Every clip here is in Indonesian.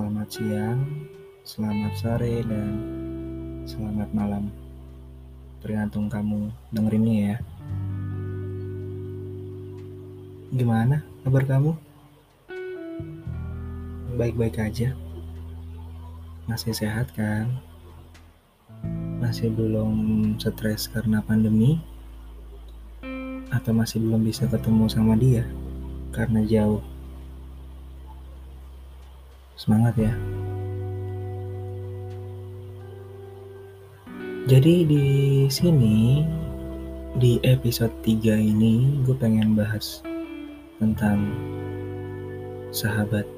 Selamat siang, selamat sore, dan selamat malam. Tergantung kamu dengerinnya ya. Gimana kabar kamu? Baik-baik aja? Masih sehat kan? Masih belum stres karena pandemi? Atau masih belum bisa ketemu sama dia karena jauh? Semangat ya. Jadi di sini, di episode 3 ini, gue pengen bahas tentang sahabat.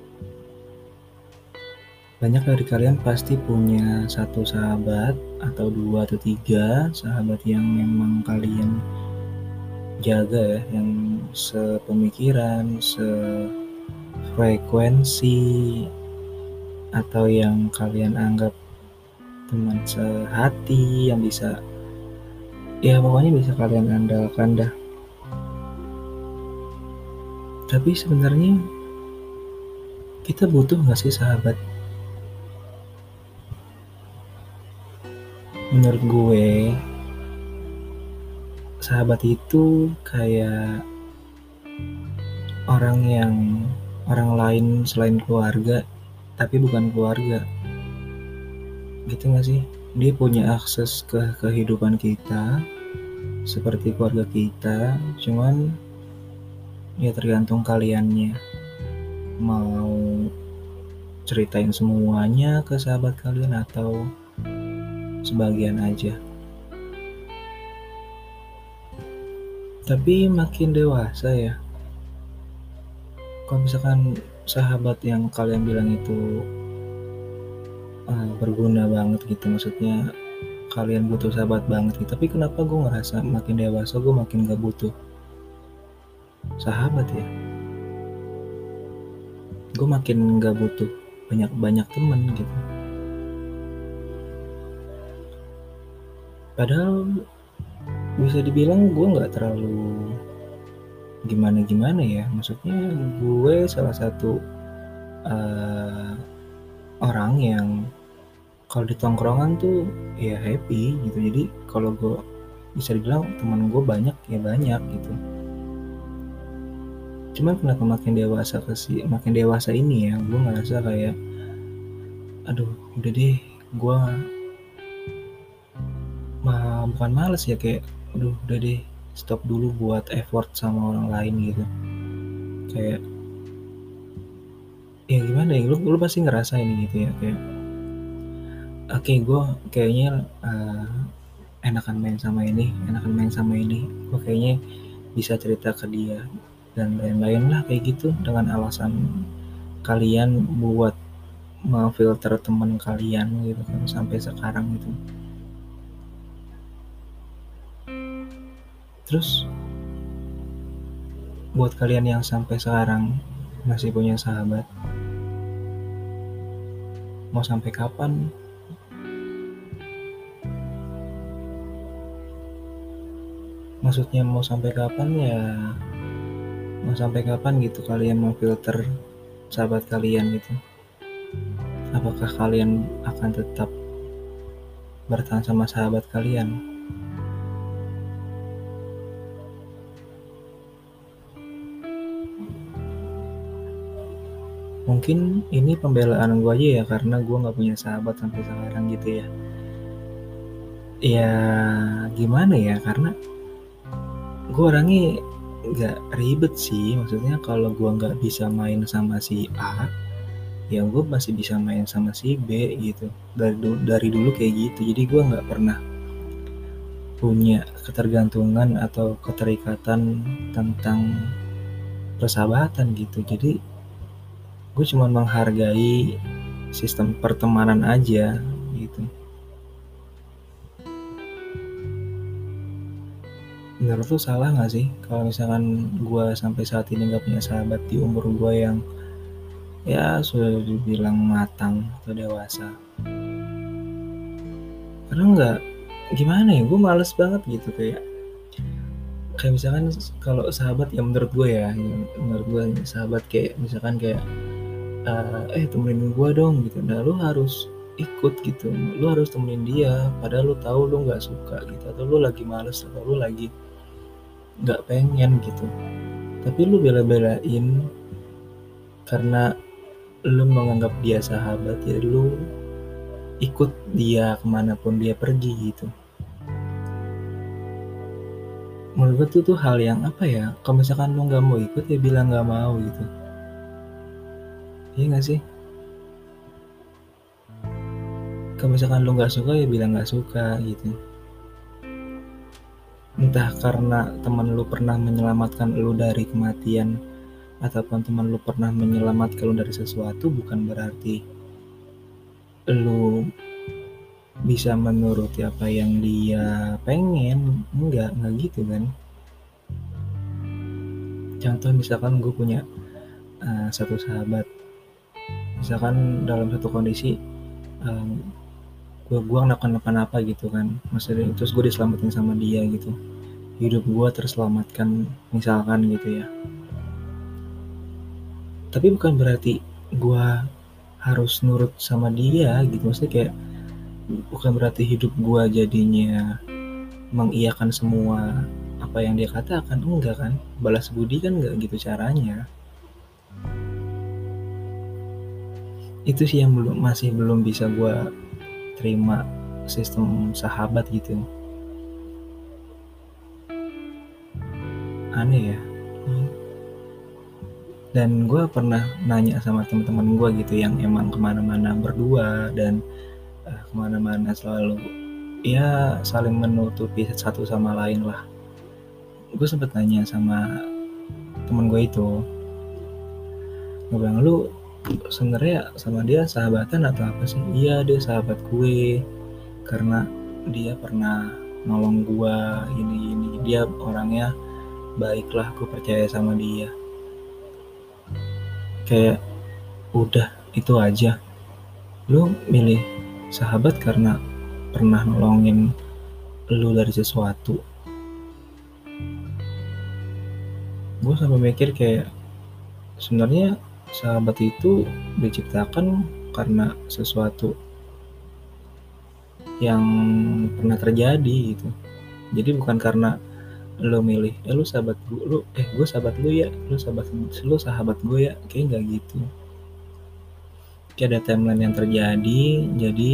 Banyak dari kalian pasti punya satu sahabat, atau 2 atau 3 sahabat yang memang kalian jaga ya, yang sepemikiran, sefrekuensi, atau yang kalian anggap teman sehati, yang bisa, ya pokoknya bisa kalian andalkan dah. Tapi sebenarnya kita butuh gak sih sahabat? Menurut gue, sahabat itu kayak orang lain selain keluarga, tapi bukan keluarga. Gitu gak sih? Dia punya akses ke kehidupan kita seperti keluarga kita, cuman ya tergantung kaliannya mau ceritain semuanya ke sahabat kalian atau sebagian aja. Tapi makin dewasa ya, kalau misalkan sahabat yang kalian bilang itu berguna banget gitu, maksudnya kalian butuh sahabat banget gitu, tapi kenapa gue ngerasa makin dewasa gue makin gak butuh sahabat ya? Gue makin gak butuh banyak temen gitu. Padahal bisa dibilang gue gak terlalu gimana ya, maksudnya gue salah satu orang yang kalau di tongkrongan tuh ya happy gitu. Jadi kalau gue bisa dibilang teman gue banyak gitu. Cuman kenapa makin dewasa ini ya, gue ngerasa kayak aduh udah deh, gue bukan males ya, kayak aduh udah deh, stop dulu buat effort sama orang lain gitu. Kayak ya gimana ya, lu pasti ngerasain gitu ya, kayak oke, gue kayaknya enakan main sama ini, gue kayaknya bisa cerita ke dia dan lain-lain lah kayak gitu, dengan alasan kalian buat memfilter teman kalian gitu kan sampai sekarang gitu. Terus buat kalian yang sampai sekarang masih punya sahabat, mau sampai kapan? Maksudnya mau sampai kapan ya? Mau sampai kapan gitu kalian memfilter sahabat kalian gitu? Apakah kalian akan tetap bertahan sama sahabat kalian? Mungkin ini pembelaan gue aja ya, karena gue gak punya sahabat sampai sekarang gitu ya. Ya gimana ya, karena gue orangnya gak ribet sih. Maksudnya kalau gue gak bisa main sama si A, ya gue masih bisa main sama si B gitu. Dari dulu kayak gitu. Jadi gue gak pernah punya ketergantungan atau keterikatan tentang persahabatan gitu. Jadi gue cuma menghargai sistem pertemanan aja gitu. Menurut lu salah gak sih kalau misalkan gue sampai saat ini gak punya sahabat di umur gue yang ya sudah dibilang matang atau dewasa? Karena gak, gimana ya, gue males banget gitu. Kayak misalkan kalau sahabat ya menurut gue sahabat kayak misalkan kayak temenin gue dong gitu. Nah lu harus ikut gitu, lu harus temenin dia padahal lu tahu lu nggak suka gitu, atau lu lagi males, atau lu lagi nggak pengen gitu, tapi lu bela-belain karena lu menganggap dia sahabat, ya lu ikut dia kemanapun dia pergi gitu. Menurut gue tuh hal yang apa ya, kalau misalkan lu nggak mau ikut ya bilang nggak mau gitu, iya nggak sih? Kalau misalkan lu nggak suka ya bilang nggak suka gitu. Entah karena teman lu pernah menyelamatkan lu dari kematian, ataupun teman lu pernah menyelamatkan lu dari sesuatu, bukan berarti lu bisa menuruti apa yang dia pengen. Enggak gitu kan. Contoh misalkan gue punya satu sahabat, misalkan dalam satu kondisi gue nggak kenapa-napa gitu kan, maksudnya terus gue diselamatin sama dia gitu, hidup gue terselamatkan misalkan gitu ya, tapi bukan berarti gue harus nurut sama dia gitu. Maksudnya kayak bukan berarti hidup gue jadinya mengiyakan semua apa yang dia katakan, enggak kan. Balas budi kan enggak gitu caranya. Itu sih yang masih belum bisa gue terima sistem sahabat gitu. Aneh ya. Dan gue pernah nanya sama teman-teman gue gitu yang emang kemana-mana berdua, dan kemana-mana selalu ya saling menutupi satu sama lain lah. Gue sempet nanya sama temen gue itu, gue bilang, lu sebenarnya sama dia sahabatan atau apa sih? Iya, dia sahabat gue karena dia pernah nolong gue ini, dia orangnya baik lah, gue percaya sama dia. Kayak udah itu aja. Lu milih sahabat karena pernah nolongin lu dari sesuatu. Gue sampai mikir kayak sebenarnya sahabat itu diciptakan karena sesuatu yang pernah terjadi gitu. Jadi bukan karena lo milih, lu sahabat gue sahabat lu ya, lu sahabat gue ya, kayak nggak gitu. Kayak ada timeline yang terjadi, jadi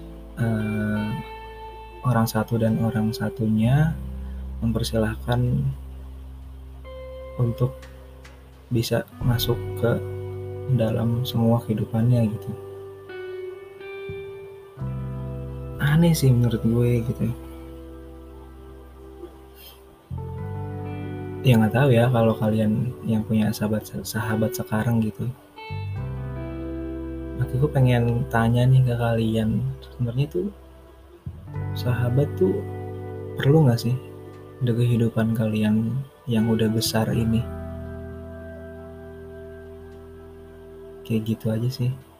orang satu dan orang satunya mempersilahkan untuk bisa masuk ke dalam semua kehidupannya gitu. Aneh sih menurut gue gitu. Ya nggak tahu ya kalau kalian yang punya sahabat sekarang gitu. Aku pengen tanya nih ke kalian, sebenarnya tuh sahabat tuh perlu nggak sih di kehidupan kalian yang udah besar ini? Kayak gitu aja sih.